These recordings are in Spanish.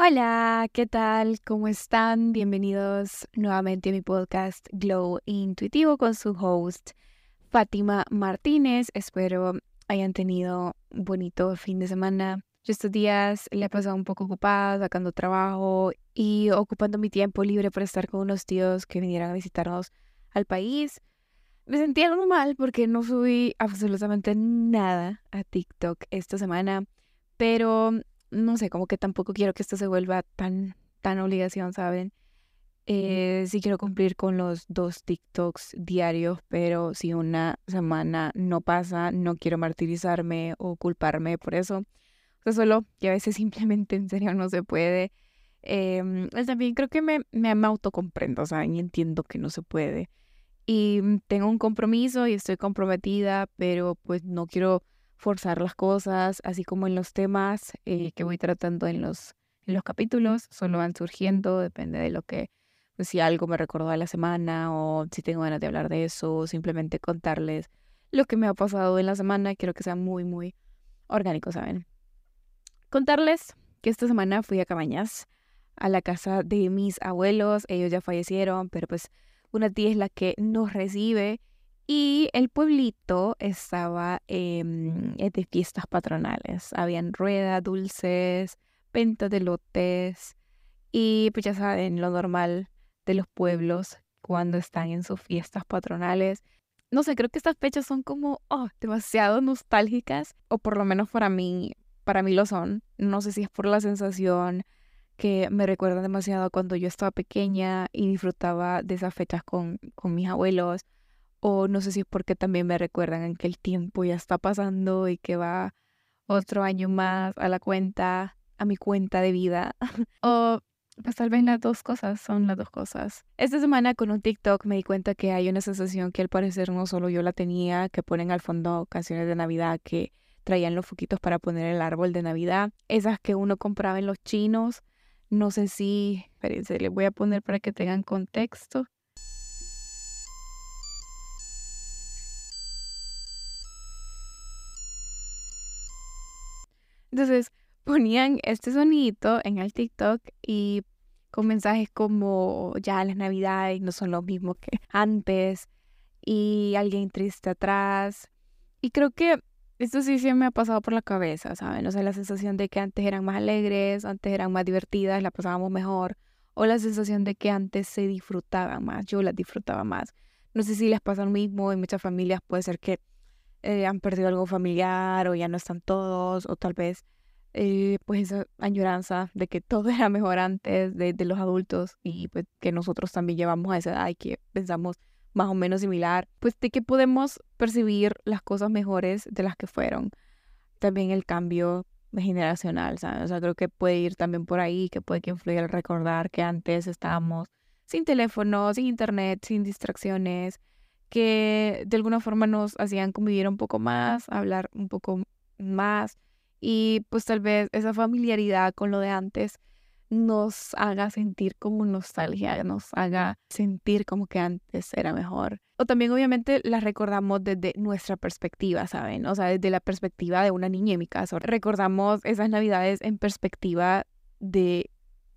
Hola, ¿qué tal? ¿Cómo están? Bienvenidos nuevamente a mi podcast Glow Intuitivo con su host Fátima Martínez. Espero hayan tenido un bonito fin de semana. Yo estos días le he pasado un poco ocupada, sacando trabajo y ocupando mi tiempo libre para estar con unos tíos que vinieran a visitarnos al país. Me sentí algo mal porque no subí absolutamente nada a TikTok esta semana, pero no sé, como que tampoco quiero que esto se vuelva tan obligación, ¿saben? Sí quiero cumplir con los 2 TikToks diarios, pero si una semana no pasa, no quiero martirizarme o culparme por eso. O sea, solo que a veces simplemente en serio no se puede. También creo que me autocomprendo, ¿saben? Y entiendo que no se puede. Y tengo un compromiso y estoy comprometida, pero pues no quiero forzar las cosas, así como en los temas que voy tratando en los capítulos, solo van surgiendo, depende de lo que, pues si algo me recordó de la semana o si tengo ganas de hablar de eso, o simplemente contarles lo que me ha pasado en la semana. Quiero que sea muy orgánico, ¿saben? Contarles que esta semana fui a Cabañas, a la casa de mis abuelos. Ellos ya fallecieron, pero pues una tía es la que nos recibe. Y el pueblito estaba de fiestas patronales. Habían ruedas, dulces, ventas de lotes. Y pues ya saben, lo normal de los pueblos cuando están en sus fiestas patronales. No sé, creo que estas fechas son como demasiado nostálgicas, o por lo menos para mí lo son. No sé si es por la sensación que me recuerdan demasiado a cuando yo estaba pequeña y disfrutaba de esas fechas con mis abuelos, o no sé si es porque también me recuerdan en que el tiempo ya está pasando y que va otro año más a la cuenta, a mi cuenta de vida. O pues tal vez las dos cosas, son las dos cosas. Esta semana con un TikTok me di cuenta que hay una sensación que al parecer no solo yo la tenía, que ponen al fondo canciones de Navidad que traían los foquitos para poner el árbol de Navidad, esas que uno compraba en los chinos. No sé si, espérense, les voy a poner para que tengan contexto. Entonces ponían este sonidito en el TikTok y con mensajes como ya las navidades no son lo mismo que antes y alguien triste atrás. Y creo que esto sí se me ha pasado por la cabeza, ¿saben? O sea, la sensación de que antes eran más alegres, antes eran más divertidas, la pasábamos mejor, o la sensación de que antes se disfrutaba más, yo las disfrutaba más. No sé si les pasa lo mismo, en muchas familias puede ser que han perdido algo familiar o ya no están todos, o tal vez pues esa añoranza de que todo era mejor antes de los adultos y pues que nosotros también llevamos a esa edad y que pensamos más o menos similar, pues de que podemos percibir las cosas mejores de las que fueron. También el cambio generacional, ¿sabes? O sea, creo que puede ir también por ahí, que puede que influya el recordar que antes estábamos sin teléfono, sin internet, sin distracciones, que de alguna forma nos hacían convivir un poco más, hablar un poco más y pues tal vez esa familiaridad con lo de antes nos haga sentir como nostalgia, nos haga sentir como que antes era mejor. O también obviamente las recordamos desde nuestra perspectiva, ¿saben? O sea, desde la perspectiva de una niña en mi caso. Recordamos esas navidades en perspectiva de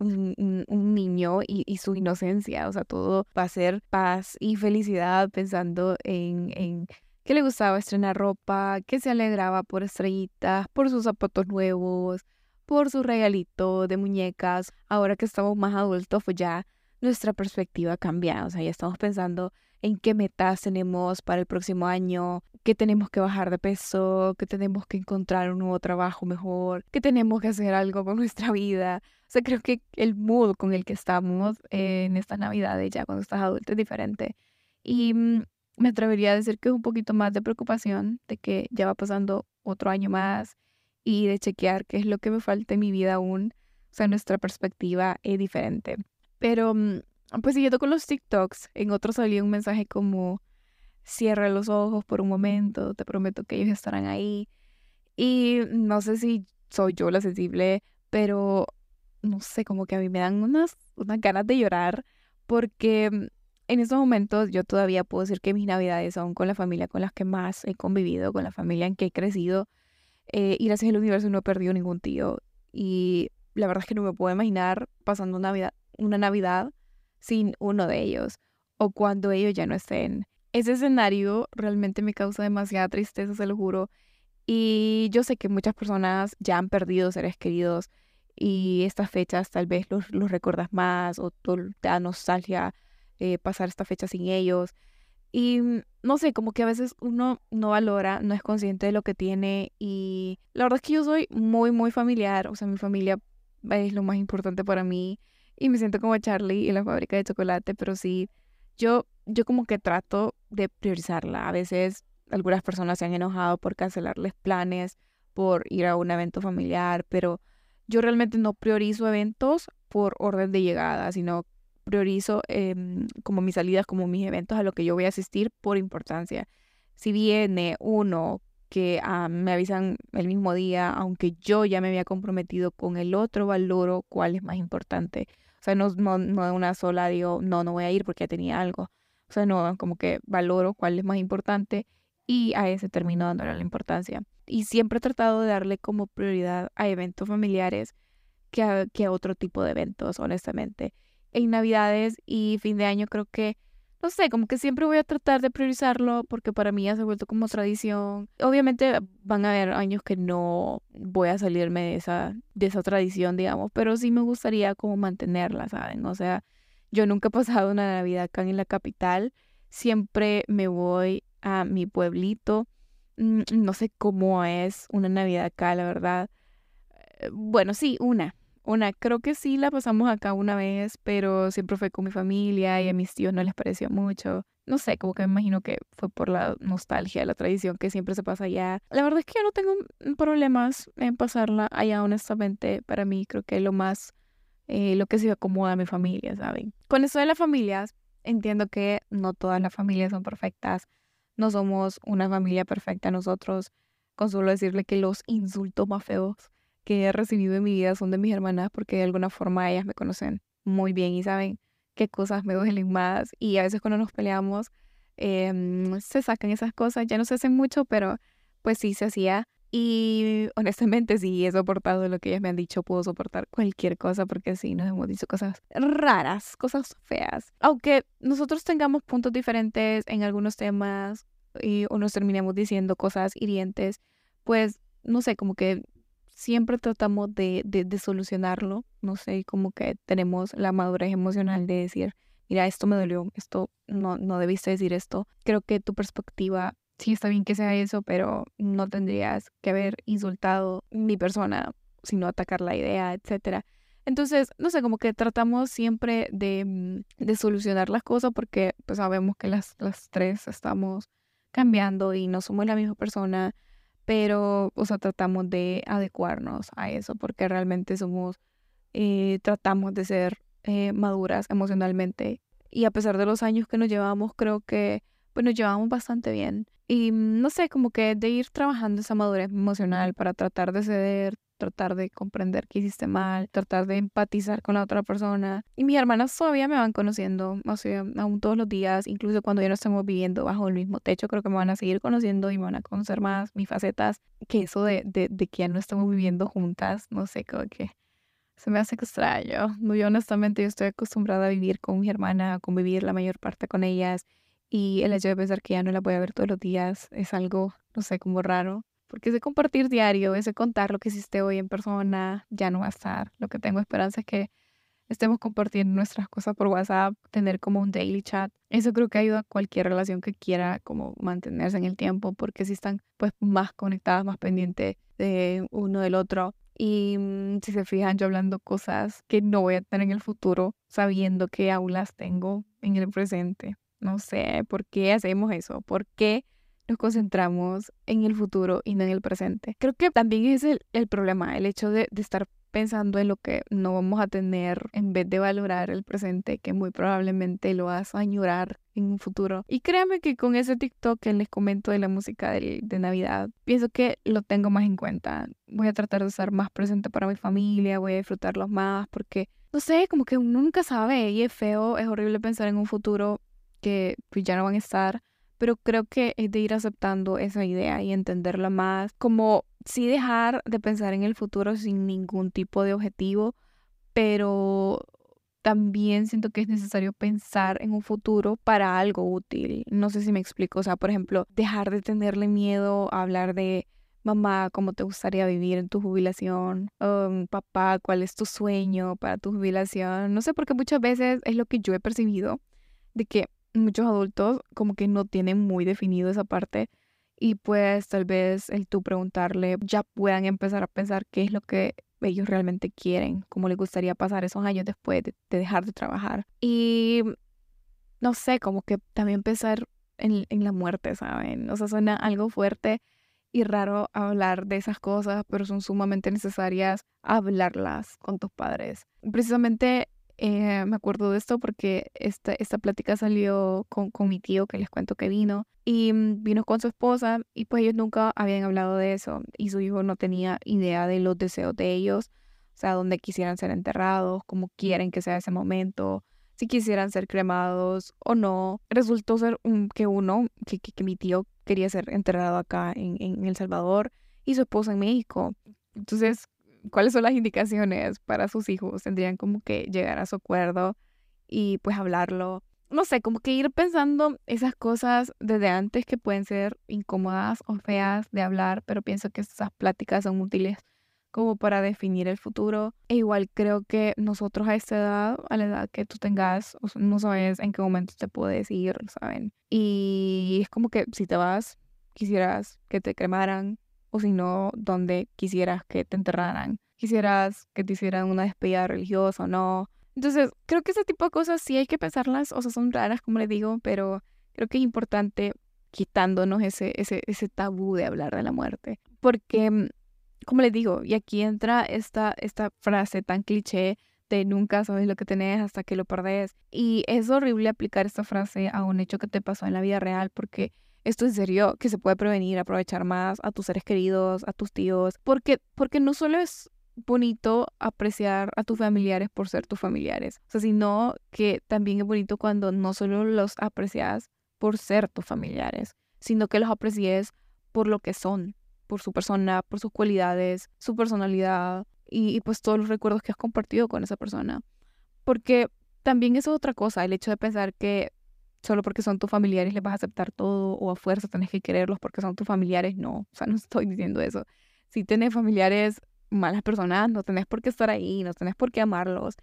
un niño y su inocencia. O sea, todo va a ser paz y felicidad pensando en que le gustaba estrenar ropa, que se alegraba por estrellitas, por sus zapatos nuevos, por su regalito de muñecas. Ahora que estamos más adultos, pues ya nuestra perspectiva cambia. O sea, ya estamos pensando en qué metas tenemos para el próximo año, que tenemos que bajar de peso, que tenemos que encontrar un nuevo trabajo mejor, que tenemos que hacer algo con nuestra vida. O sea, creo que el mood con el que estamos en estas navidades, ya cuando estás adulto, es diferente. Y me atrevería a decir que es un poquito más de preocupación de que ya va pasando otro año más y de chequear qué es lo que me falta en mi vida aún. O sea, nuestra perspectiva es diferente. Pero, pues siguiendo con los TikToks, en otros salía un mensaje como, cierra los ojos por un momento, te prometo que ellos estarán ahí. Y no sé si soy yo la sensible, pero no sé, como que a mí me dan unas ganas de llorar porque en estos momentos yo todavía puedo decir que mis navidades son con la familia con las que más he convivido, con la familia en que he crecido, y gracias al universo no he perdido ningún tío. Y la verdad es que no me puedo imaginar pasando una Navidad sin uno de ellos o cuando ellos ya no estén. Ese escenario realmente me causa demasiada tristeza, se lo juro. Y yo sé que muchas personas ya han perdido seres queridos y estas fechas tal vez los recuerdas más o te da nostalgia pasar esta fecha sin ellos. Y no sé, como que a veces uno no valora, no es consciente de lo que tiene y la verdad es que yo soy muy, muy familiar, o sea, mi familia es lo más importante para mí y me siento como Charlie en la fábrica de chocolate, pero sí, yo como que trato de priorizarla. A veces algunas personas se han enojado por cancelarles planes, por ir a un evento familiar, pero yo realmente no priorizo eventos por orden de llegada, sino priorizo como mis salidas, como mis eventos a lo que yo voy a asistir por importancia. Si viene uno que me avisan el mismo día, aunque yo ya me había comprometido con el otro, valoro cuál es más importante. O sea, no de una sola digo, no voy a ir porque ya tenía algo. O sea, no, como que valoro cuál es más importante y a ese termino dándole la importancia. Y siempre he tratado de darle como prioridad a eventos familiares que a otro tipo de eventos, honestamente. En Navidades y fin de año creo que, no sé, como que siempre voy a tratar de priorizarlo porque para mí ya se ha vuelto como tradición. Obviamente van a haber años que no voy a salirme de esa tradición, digamos, pero sí me gustaría como mantenerla, ¿saben? O sea, yo nunca he pasado una Navidad acá en la capital, siempre me voy a mi pueblito. No sé cómo es una Navidad acá, la verdad. Bueno, sí, una. Creo que sí la pasamos acá una vez, pero siempre fue con mi familia y a mis tíos no les pareció mucho. No sé, como que me imagino que fue por la nostalgia, la tradición que siempre se pasa allá. La verdad es que yo no tengo problemas en pasarla allá, honestamente. Para mí creo que lo que se acomoda a mi familia, ¿saben? Con eso de las familias, entiendo que no todas las familias son perfectas. No somos una familia perfecta nosotros. Con solo decirle que los insultos más feos que he recibido en mi vida son de mis hermanas porque de alguna forma ellas me conocen muy bien y saben qué cosas me duelen más y a veces cuando nos peleamos se sacan esas cosas, ya no se hacen mucho, pero pues sí se hacía y honestamente sí he soportado lo que ellas me han dicho, puedo soportar cualquier cosa porque sí nos hemos dicho cosas raras, cosas feas, aunque nosotros tengamos puntos diferentes en algunos temas o nos terminemos diciendo cosas hirientes, pues no sé, como que siempre tratamos de solucionarlo, no sé, como que tenemos la madurez emocional de decir, mira, esto me dolió, esto no debiste decir esto. Creo que tu perspectiva, sí está bien que sea eso, pero no tendrías que haber insultado mi persona, sino atacar la idea, etcétera. Entonces, no sé, como que tratamos siempre de solucionar las cosas porque pues sabemos que las tres estamos cambiando y no somos la misma persona, pero, o sea, tratamos de adecuarnos a eso porque realmente tratamos de ser maduras emocionalmente y a pesar de los años que nos llevamos, creo que pues nos llevamos bastante bien. Y no sé, como que de ir trabajando esa madurez emocional para tratar de ceder, tratar de comprender que hiciste mal, tratar de empatizar con la otra persona. Y mis hermanas todavía me van conociendo, o sea, aún todos los días, incluso cuando ya no estemos viviendo bajo el mismo techo, creo que me van a seguir conociendo y me van a conocer más mis facetas, que eso de que ya no estamos viviendo juntas, no sé, como que se me hace extraño. No, yo honestamente yo estoy acostumbrada a vivir con mi hermana, a convivir la mayor parte con ellas y el hecho de pensar que ya no la voy a ver todos los días es algo, no sé, como raro. Porque ese compartir diario, ese contar lo que hiciste hoy en persona, ya no va a estar. Lo que tengo esperanza es que estemos compartiendo nuestras cosas por WhatsApp, tener como un daily chat. Eso creo que ayuda a cualquier relación que quiera como mantenerse en el tiempo, porque si están pues más conectadas, más pendientes de uno del otro. Y si se fijan, yo hablando cosas que no voy a tener en el futuro, sabiendo que aún las tengo en el presente. No sé por qué hacemos eso, por qué nos concentramos en el futuro y no en el presente. Creo que también es el problema, el hecho de estar pensando en lo que no vamos a tener en vez de valorar el presente, que muy probablemente lo vas a añorar en un futuro. Y créanme que con ese TikTok que les comento de la música de Navidad, pienso que lo tengo más en cuenta. Voy a tratar de estar más presente para mi familia, voy a disfrutarlos más porque, no sé, como que uno nunca sabe y es feo, es horrible pensar en un futuro que pues ya no van a estar, pero creo que es de ir aceptando esa idea y entenderla más como sí dejar de pensar en el futuro sin ningún tipo de objetivo, pero también siento que es necesario pensar en un futuro para algo útil. No sé si me explico. O sea, por ejemplo, dejar de tenerle miedo a hablar de mamá, cómo te gustaría vivir en tu jubilación, papá, cuál es tu sueño para tu jubilación. No sé, porque muchas veces es lo que yo he percibido, de que muchos adultos como que no tienen muy definido esa parte y pues tal vez el tú preguntarle ya puedan empezar a pensar qué es lo que ellos realmente quieren, cómo les gustaría pasar esos años después de dejar de trabajar. Y no sé, como que también pensar en la muerte, ¿saben? O sea, suena algo fuerte y raro hablar de esas cosas, pero son sumamente necesarias hablarlas con tus padres. Precisamente me acuerdo de esto porque esta plática salió con mi tío, que les cuento que vino, y vino con su esposa, y pues ellos nunca habían hablado de eso, y su hijo no tenía idea de los deseos de ellos, o sea, dónde quisieran ser enterrados, cómo quieren que sea ese momento, si quisieran ser cremados o no. Resultó ser que mi tío quería ser enterrado acá en El Salvador y su esposa en México. Entonces, ¿cuáles son las indicaciones para sus hijos? Tendrían como que llegar a su acuerdo y pues hablarlo. No sé, como que ir pensando esas cosas desde antes que pueden ser incómodas o feas de hablar, pero pienso que esas pláticas son útiles como para definir el futuro. E igual creo que nosotros a esta edad, a la edad que tú tengas, o sea, no sabes en qué momento te puedes ir, ¿saben? Y es como que si te vas, quisieras que te cremaran, o si no, donde quisieras que te enterraran. Quisieras que te hicieran una despedida religiosa o no. Entonces, creo que ese tipo de cosas sí hay que pensarlas, o sea, son raras, como les digo, pero creo que es importante quitándonos ese tabú de hablar de la muerte. Porque como les digo, y aquí entra esta frase tan cliché de nunca sabes lo que tenés hasta que lo perdés. Y es horrible aplicar esta frase a un hecho que te pasó en la vida real porque esto en serio que se puede prevenir, aprovechar más a tus seres queridos, a tus tíos, porque no solo es bonito apreciar a tus familiares por ser tus familiares, o sea, sino que también es bonito cuando no solo los aprecias por ser tus familiares, sino que los aprecies por lo que son, por su persona, por sus cualidades, su personalidad y pues todos los recuerdos que has compartido con esa persona. Porque también eso es otra cosa, el hecho de pensar que solo porque son tus familiares les vas a aceptar todo o a fuerza tenés que quererlos porque son tus familiares, no, o sea, no estoy diciendo eso. Si tenés familiares malas personas, no tenés por qué estar ahí, no tenés por qué amarlos.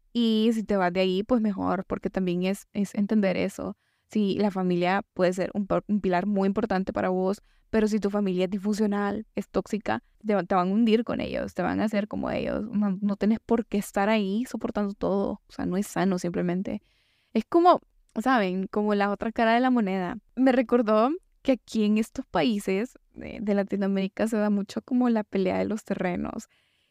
Y si te vas de ahí, pues mejor, porque también es entender eso. Si la familia puede ser un pilar muy importante para vos, pero si tu familia es disfuncional, es tóxica, te van a hundir con ellos, te van a hacer como ellos. No, no tenés por qué estar ahí soportando todo. O sea, no es sano simplemente. Es como, ¿saben? Como la otra cara de la moneda. Me recordó que aquí en estos países de Latinoamérica se da mucho como la pelea de los terrenos.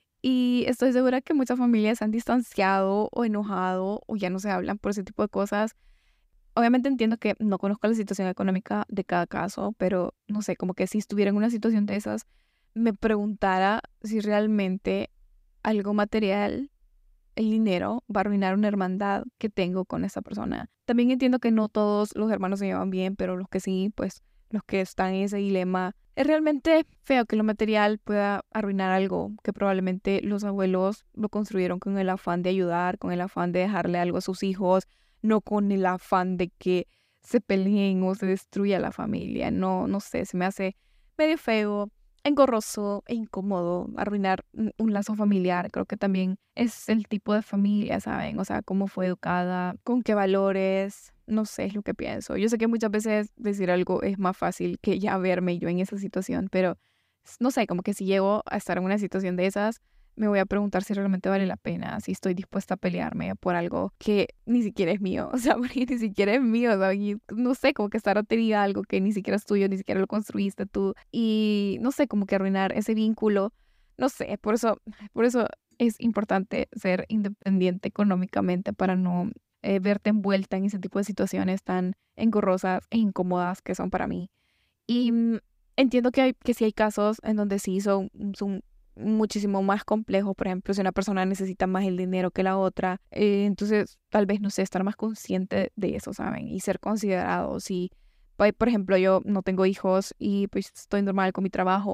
Y estoy segura que muchas familias se han distanciado o enojado o ya no se hablan por ese tipo de cosas. Obviamente entiendo que no conozco la situación económica de cada caso, pero no sé, como que si estuviera en una situación de esas, me preguntara si realmente algo material, el dinero, va a arruinar una hermandad que tengo con esa persona. También entiendo que no todos los hermanos se llevan bien, pero los que sí, pues los que están en ese dilema. Es realmente feo que lo material pueda arruinar algo que probablemente los abuelos lo construyeron con el afán de ayudar, con el afán de dejarle algo a sus hijos, no con el afán de que se peleen o se destruya la familia. No, no sé, se me hace medio feo, engorroso e incómodo arruinar un lazo familiar. Creo que también es el tipo de familia, ¿saben? O sea, cómo fue educada, con qué valores, no sé, es lo que pienso. Yo sé que muchas veces decir algo es más fácil que ya verme yo en esa situación, pero no sé, como que si llego a estar en una situación de esas, me voy a preguntar si realmente vale la pena, si estoy dispuesta a pelearme por algo que ni siquiera es mío, o sea, porque ni siquiera es mío, o sea, y no sé, como que estar atenida a algo que ni siquiera es tuyo, ni siquiera lo construiste tú, y no sé, como que arruinar ese vínculo, no sé, por eso es importante ser independiente económicamente para no verte envuelta en ese tipo de situaciones tan engorrosas e incómodas que son para mí. Y entiendo que sí hay casos en donde sí son muchísimo más complejos. Por ejemplo, si una persona necesita más el dinero que la otra, entonces tal vez, no sé, estar más consciente de eso, ¿saben? Y ser considerado. Si, por ejemplo, yo no tengo hijos y pues estoy normal con mi trabajo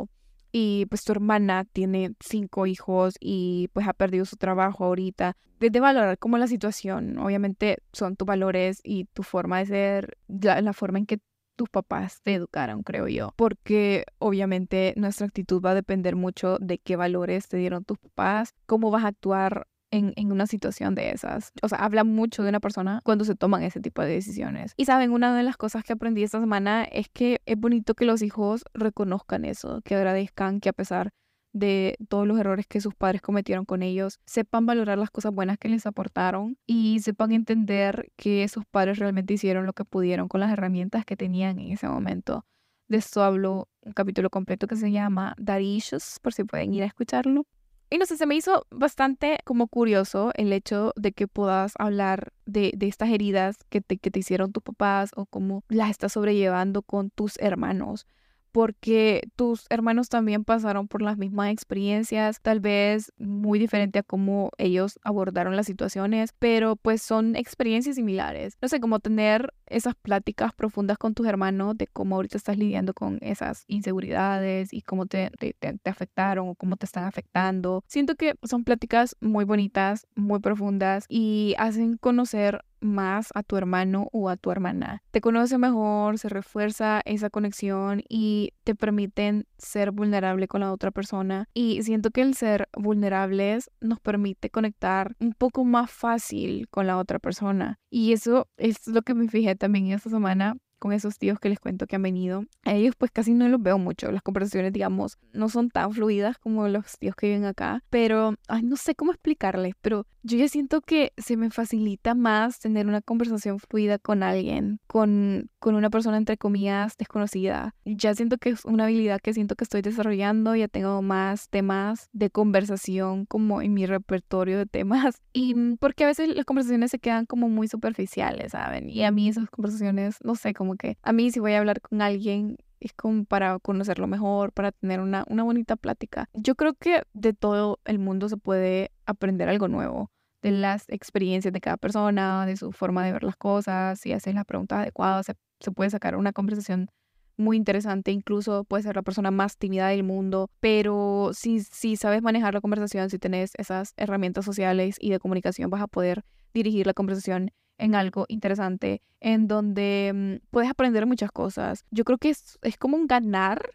y pues tu hermana tiene 5 hijos y pues ha perdido su trabajo ahorita. De valorar como la situación, obviamente son tus valores y tu forma de ser, la forma en que tus papás te educaron, creo yo, porque obviamente nuestra actitud va a depender mucho de qué valores te dieron tus papás, cómo vas a actuar en una situación de esas. O sea, habla mucho de una persona cuando se toman ese tipo de decisiones. Y saben, una de las cosas que aprendí esta semana es que es bonito que los hijos reconozcan eso, que agradezcan que a pesar de todos los errores que sus padres cometieron con ellos, sepan valorar las cosas buenas que les aportaron y sepan entender que sus padres realmente hicieron lo que pudieron con las herramientas que tenían en ese momento. De esto hablo un capítulo completo que se llama Daddy Issues, por si pueden ir a escucharlo. Y no sé, se me hizo bastante como curioso el hecho de que puedas hablar de estas heridas que te hicieron tus papás o cómo las estás sobrellevando con tus hermanos. Porque tus hermanos también pasaron por las mismas experiencias, tal vez muy diferente a cómo ellos abordaron las situaciones, pero pues son experiencias similares. No sé, como tener esas pláticas profundas con tus hermanos de cómo ahorita estás lidiando con esas inseguridades y cómo te afectaron o cómo te están afectando. Siento que son pláticas muy bonitas, muy profundas y hacen conocer más a tu hermano o a tu hermana. Te conoce mejor, se refuerza esa conexión y te permiten ser vulnerable con la otra persona. Y siento que el ser vulnerables nos permite conectar un poco más fácil con la otra persona. Y eso es lo que me fijé también esta semana con esos tíos que les cuento que han venido. A ellos pues casi no los veo mucho. Las conversaciones, digamos, no son tan fluidas como los tíos que viven acá. Pero, ay, no sé cómo explicarles, pero yo ya siento que se me facilita más tener una conversación fluida con alguien, con una persona entre comillas desconocida. Ya siento que es una habilidad que siento que estoy desarrollando. Ya tengo más temas de conversación como en mi repertorio de temas. Y porque a veces las conversaciones se quedan como muy superficiales, ¿saben? Y a mí esas conversaciones, no sé, como que a mí si voy a hablar con alguien es como para conocerlo mejor, para tener una bonita plática. Yo creo que de todo el mundo se puede aprender algo nuevo, de las experiencias de cada persona, de su forma de ver las cosas, si haces las preguntas adecuadas, se puede sacar una conversación muy interesante, incluso puede ser la persona más tímida del mundo, pero si sabes manejar la conversación, si tenés esas herramientas sociales y de comunicación, vas a poder dirigir la conversación en algo interesante, en donde puedes aprender muchas cosas. Yo creo que es como un ganar.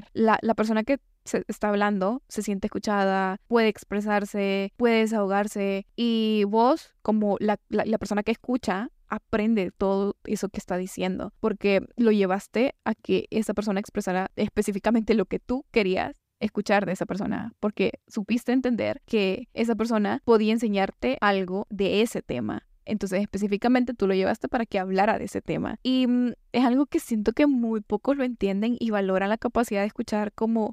La persona que se está hablando se siente escuchada, puede expresarse, puede desahogarse y vos, como la persona que escucha, aprende todo eso que está diciendo, porque lo llevaste a que esa persona expresara específicamente lo que tú querías escuchar de esa persona, porque supiste entender que esa persona podía enseñarte algo de ese tema. Entonces, específicamente tú lo llevaste para que hablara de ese tema. Y es algo que siento que muy pocos lo entienden y valoran la capacidad de escuchar como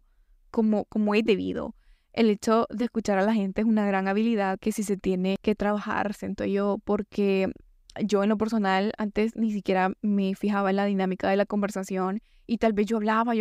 es debido. El hecho de escuchar a la gente es una gran habilidad que sí se tiene que trabajar, siento yo, porque yo en lo personal antes ni siquiera me fijaba en la dinámica de la conversación y tal vez yo hablaba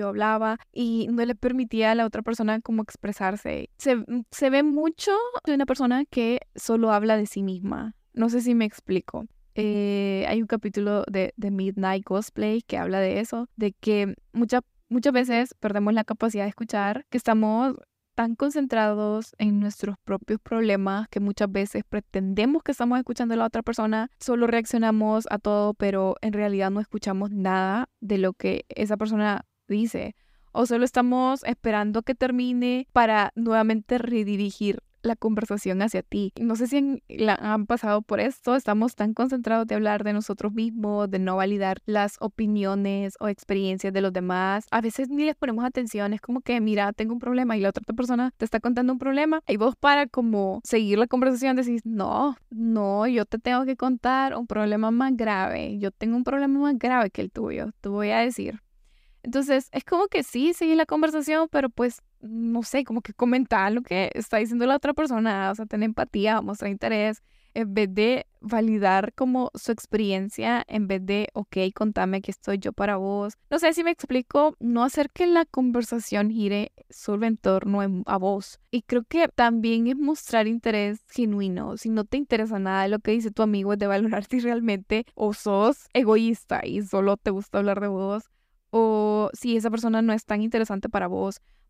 y no le permitía a la otra persona como expresarse. Se ve mucho de una persona que solo habla de sí misma. No sé si me explico. Hay un capítulo de Midnight Cosplay que habla de eso, de que muchas veces perdemos la capacidad de escuchar, que estamos tan concentrados en nuestros propios problemas que muchas veces pretendemos que estamos escuchando a la otra persona, solo reaccionamos a todo, pero en realidad no escuchamos nada de lo que esa persona dice. O solo estamos esperando que termine para nuevamente redirigir la conversación hacia ti. No sé si han pasado por esto, estamos tan concentrados de hablar de nosotros mismos, de no validar las opiniones o experiencias de los demás. A veces ni les ponemos atención, es como que, mira, tengo un problema y la otra persona te está contando un problema y vos para como seguir la conversación decís, no, yo te tengo que contar un problema más grave, yo tengo un problema más grave que el tuyo, te voy a decir. Entonces, es como que sí, sigue la conversación, pero pues, no sé, como que comentar lo que está diciendo la otra persona, o sea, tener empatía, mostrar interés, en vez de validar como su experiencia, en vez de, ok, contame que estoy yo para vos. No sé si me explico, no hacer que la conversación gire solo en torno a vos. Y creo que también es mostrar interés genuino. Si no te interesa nada de lo que dice tu amigo, es de valorar si realmente o sos egoísta y solo te gusta hablar de vos, o si esa persona no es tan interesante para vos,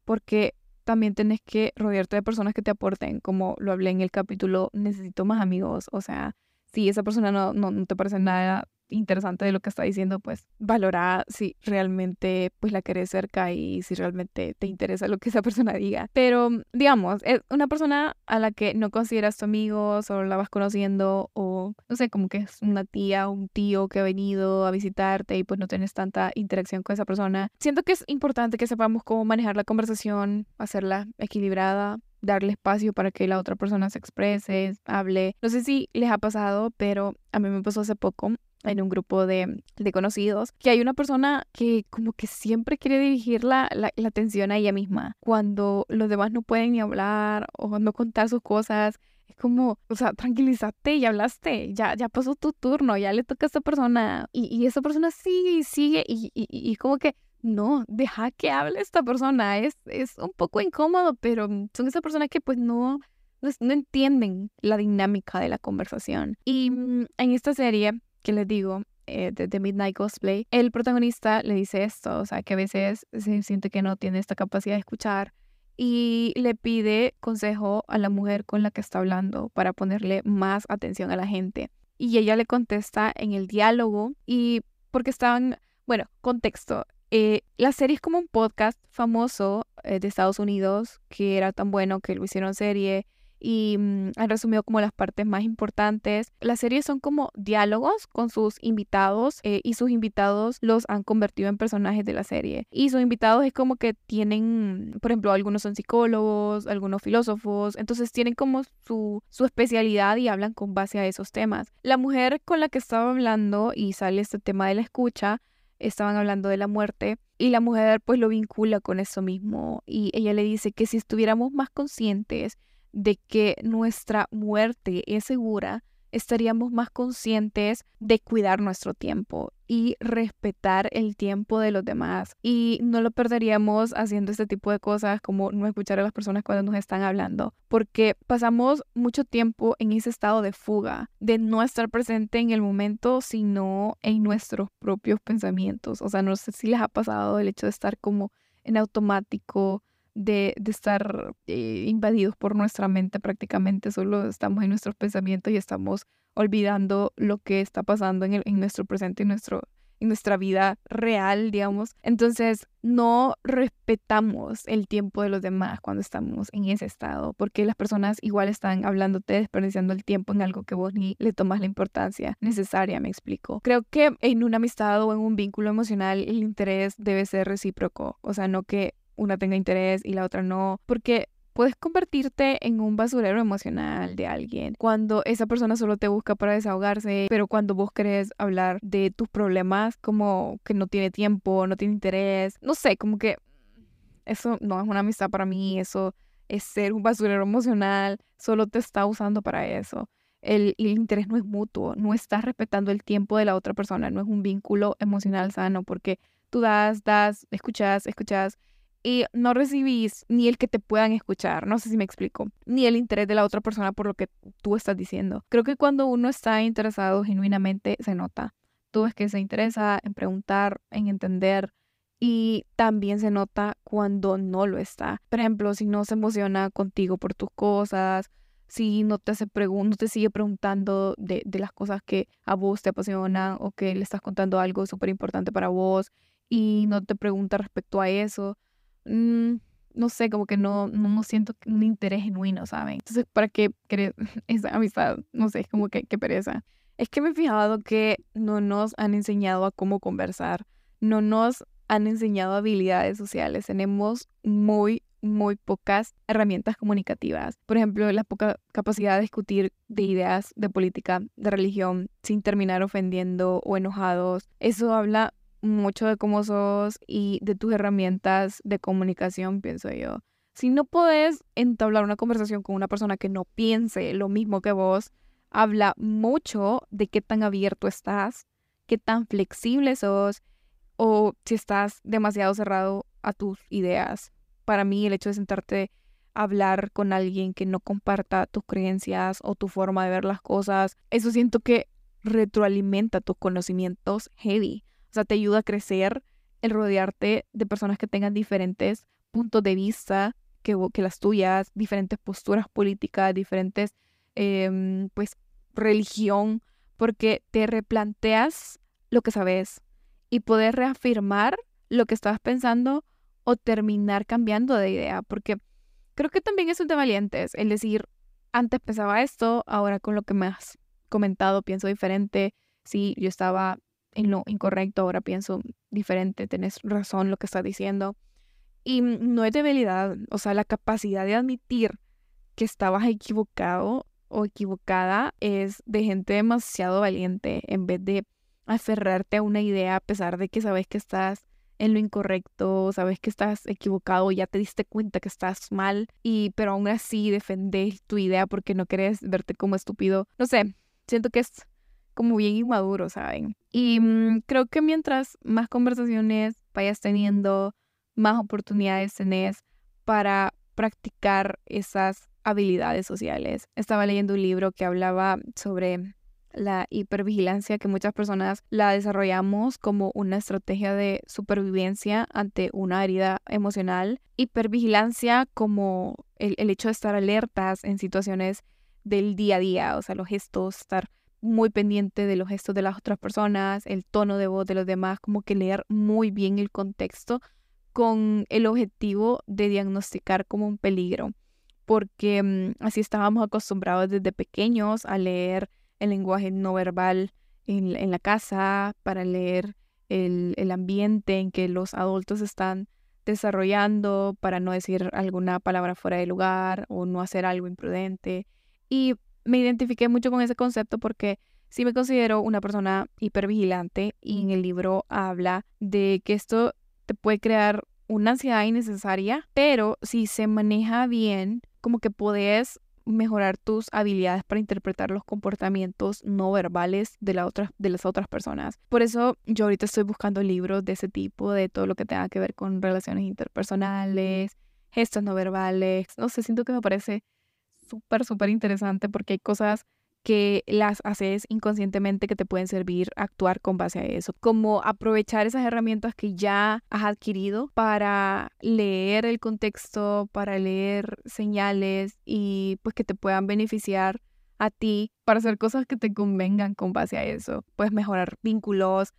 porque también tenés que rodearte de personas que te aporten, como lo hablé en el capítulo Necesito más amigos. O sea, si esa persona no te parece nada interesante de lo que está diciendo, pues valora si realmente pues la querés cerca y si realmente te interesa lo que esa persona diga. Pero digamos, es una persona a la que no consideras tu amigo, solo la vas conociendo o no sé, como que es una tía o un tío que ha venido a visitarte y pues no tienes tanta interacción con esa persona. Siento que es importante que sepamos cómo manejar la conversación, hacerla equilibrada, darle espacio para que la otra persona se exprese, hable. No sé si les ha pasado, pero a mí me pasó hace poco en un grupo de conocidos, que hay una persona que como que siempre quiere dirigir la atención a ella misma, cuando los demás no pueden ni hablar o no contar sus cosas. Es como, o sea, tranquilízate, ya hablaste, ya pasó tu turno, ya le toca a esa persona. Y esa persona sigue y como que no, deja que hable esta persona. Es un poco incómodo, pero son esas personas que pues no entienden la dinámica de la conversación. Y en esta serie que les digo, de The Midnight Cosplay, el protagonista le dice esto, o sea, que a veces se siente que no tiene esta capacidad de escuchar y le pide consejo a la mujer con la que está hablando para ponerle más atención a la gente. Y ella le contesta en el diálogo y porque estaban, bueno, contexto. La serie es como un podcast famoso de Estados Unidos que era tan bueno que lo hicieron serie y han resumido como las partes más importantes. Las series son como diálogos con sus invitados y sus invitados los han convertido en personajes de la serie. Y sus invitados es como que tienen, por ejemplo, algunos son psicólogos, algunos filósofos, entonces tienen como su especialidad y hablan con base a esos temas. La mujer con la que estaba hablando y sale este tema de la escucha, estaban hablando de la muerte y la mujer pues lo vincula con eso mismo y ella le dice que si estuviéramos más conscientes de que nuestra muerte es segura, estaríamos más conscientes de cuidar nuestro tiempo y respetar el tiempo de los demás y no lo perderíamos haciendo este tipo de cosas como no escuchar a las personas cuando nos están hablando, porque pasamos mucho tiempo en ese estado de fuga, de no estar presente en el momento, sino en nuestros propios pensamientos. O sea, no sé si les ha pasado el hecho de estar como en automático, de estar invadidos por nuestra mente prácticamente, solo estamos en nuestros pensamientos y estamos olvidando lo que está pasando en nuestro presente, en nuestra vida real, digamos. Entonces, no respetamos el tiempo de los demás cuando estamos en ese estado, porque las personas igual están hablándote, desperdiciando el tiempo en algo que vos ni le tomas la importancia necesaria, me explico. Creo que en una amistad o en un vínculo emocional el interés debe ser recíproco, o sea, no que una tenga interés y la otra no, porque puedes convertirte en un basurero emocional de alguien cuando esa persona solo te busca para desahogarse, pero cuando vos querés hablar de tus problemas, como que no tiene tiempo, no tiene interés, no sé, como que eso no es una amistad para mí, eso es ser un basurero emocional, solo te está usando para eso. El interés no es mutuo, no estás respetando el tiempo de la otra persona, no es un vínculo emocional sano, porque tú das, escuchas y no recibís ni el que te puedan escuchar, no sé si me explico, ni el interés de la otra persona por lo que tú estás diciendo. Creo que cuando uno está interesado genuinamente se nota. Tú ves que se interesa en preguntar, en entender y también se nota cuando no lo está. Por ejemplo, si no se emociona contigo por tus cosas, si no te no te sigue preguntando de las cosas que a vos te apasionan o que le estás contando algo súper importante para vos y no te pregunta respecto a eso mm, no sé, como que no siento un interés genuino, ¿saben? Entonces, ¿para qué querer esa amistad? No sé, es como que qué pereza. Es que me he fijado que no nos han enseñado a cómo conversar, no nos han enseñado habilidades sociales, tenemos muy pocas herramientas comunicativas. Por ejemplo, la poca capacidad de discutir de ideas, de política, de religión, sin terminar ofendiendo o enojados. Eso habla mucho de cómo sos y de tus herramientas de comunicación, pienso yo. Si no podés entablar una conversación con una persona que no piense lo mismo que vos, habla mucho de qué tan abierto estás, qué tan flexible sos o si estás demasiado cerrado a tus ideas. Para mí, el hecho de sentarte a hablar con alguien que no comparta tus creencias o tu forma de ver las cosas, eso siento que retroalimenta tus conocimientos heavy. O sea, te ayuda a crecer el rodearte de personas que tengan diferentes puntos de vista que las tuyas, diferentes posturas políticas, diferentes, pues, religión, porque te replanteas lo que sabes y poder reafirmar lo que estabas pensando o terminar cambiando de idea, porque creo que también es un de valientes, el decir, antes pensaba esto, ahora con lo que me has comentado pienso diferente, sí, yo estaba en lo incorrecto, ahora pienso diferente, tenés razón lo que estás diciendo. Y no es debilidad, o sea, la capacidad de admitir que estabas equivocado o equivocada es de gente demasiado valiente en vez de aferrarte a una idea a pesar de que sabes que estás en lo incorrecto, sabes que estás equivocado, ya te diste cuenta que estás mal pero aún así defendes tu idea porque no quieres verte como estúpido. No sé, siento que es como bien inmaduro, ¿saben? Y creo que mientras más conversaciones vayas teniendo, más oportunidades tenés para practicar esas habilidades sociales. Estaba leyendo un libro que hablaba sobre la hipervigilancia, que muchas personas la desarrollamos como una estrategia de supervivencia ante una herida emocional. Hipervigilancia como el hecho de estar alertas en situaciones del día a día, o sea, los gestos, estar muy pendiente de los gestos de las otras personas, el tono de voz de los demás, como que leer muy bien el contexto con el objetivo de diagnosticar como un peligro, porque así estábamos acostumbrados desde pequeños a leer el lenguaje no verbal en la casa, para leer el ambiente en que los adultos están desarrollando, para no decir alguna palabra fuera de lugar o no hacer algo imprudente. Y me identifiqué mucho con ese concepto porque sí me considero una persona hipervigilante y en el libro habla de que esto te puede crear una ansiedad innecesaria, pero si se maneja bien, como que puedes mejorar tus habilidades para interpretar los comportamientos no verbales de las otras personas. Por eso yo ahorita estoy buscando libros de ese tipo, de todo lo que tenga que ver con relaciones interpersonales, gestos no verbales. No sé, siento que me parece súper, súper interesante porque hay cosas que las haces inconscientemente que te pueden servir a actuar con base a eso, como aprovechar esas herramientas que ya has adquirido para leer el contexto, para leer señales y pues que te puedan beneficiar a ti para hacer cosas que te convengan con base a eso. Puedes mejorar vínculos,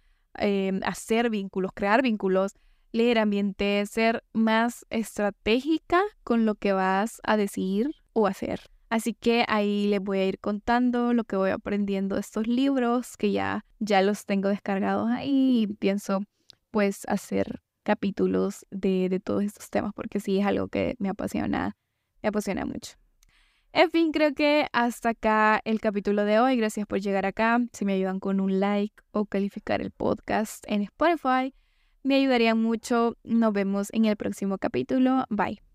hacer vínculos, crear vínculos, leer ambiente, ser más estratégica con lo que vas a decir o hacer. Así que ahí les voy a ir contando lo que voy aprendiendo de estos libros, que ya los tengo descargados ahí y pienso pues hacer capítulos de todos estos temas porque sí es algo que me apasiona mucho. En fin, creo que hasta acá el capítulo de hoy. Gracias por llegar acá. Si me ayudan con un like o calificar el podcast en Spotify, me ayudaría mucho. Nos vemos en el próximo capítulo. Bye.